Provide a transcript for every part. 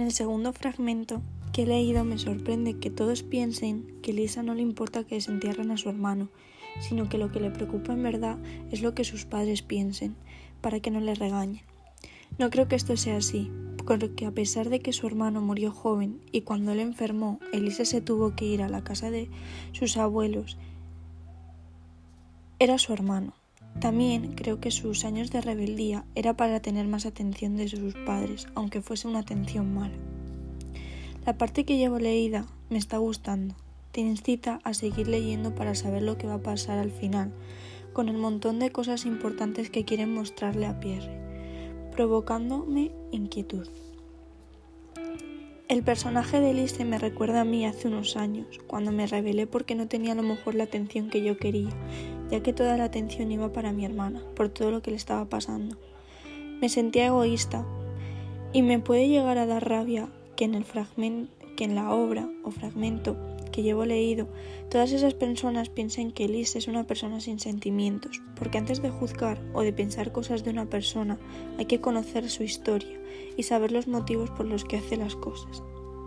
el segundo fragmento que he leído me sorprende que todos piensen que Lisa no le importa que desentierren a su hermano, sino que lo que le preocupa en verdad es lo que sus padres piensen, para que no le regañen. No creo que esto sea así, porque a pesar de que su hermano murió joven y cuando él enfermó, Elisa se tuvo que ir a la casa de sus abuelos, era su hermano. También creo que sus años de rebeldía era para tener más atención de sus padres, aunque fuese una atención mala. La parte que llevo leída me está gustando. Te incita a seguir leyendo para saber lo que va a pasar al final, con el montón de cosas importantes que quieren mostrarle a Pierre, provocándome inquietud. El personaje de Elise me recuerda a mí hace unos años, cuando me rebelé porque no tenía a lo mejor la atención que yo quería, ya que toda la atención iba para mi hermana, por todo lo que le estaba pasando. Me sentía egoísta y me puede llegar a dar rabia que en la obra o fragmento que llevo leído, todas esas personas piensen que Elise es una persona sin sentimientos, porque antes de juzgar o de pensar cosas de una persona hay que conocer su historia y saber los motivos por los que hace las cosas.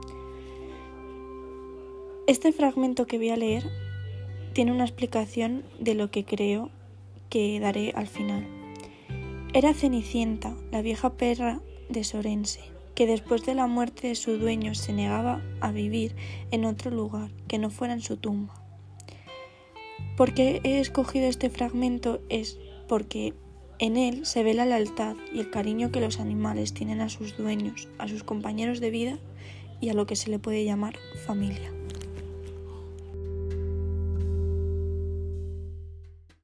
Este fragmento que voy a leer tiene una explicación de lo que creo que daré al final. Era Cenicienta, la vieja perra de Sorense, que después de la muerte de su dueño se negaba a vivir en otro lugar que no fuera en su tumba. ¿Por qué he escogido este fragmento? Es porque en él se ve la lealtad y el cariño que los animales tienen a sus dueños, a sus compañeros de vida y a lo que se le puede llamar familia.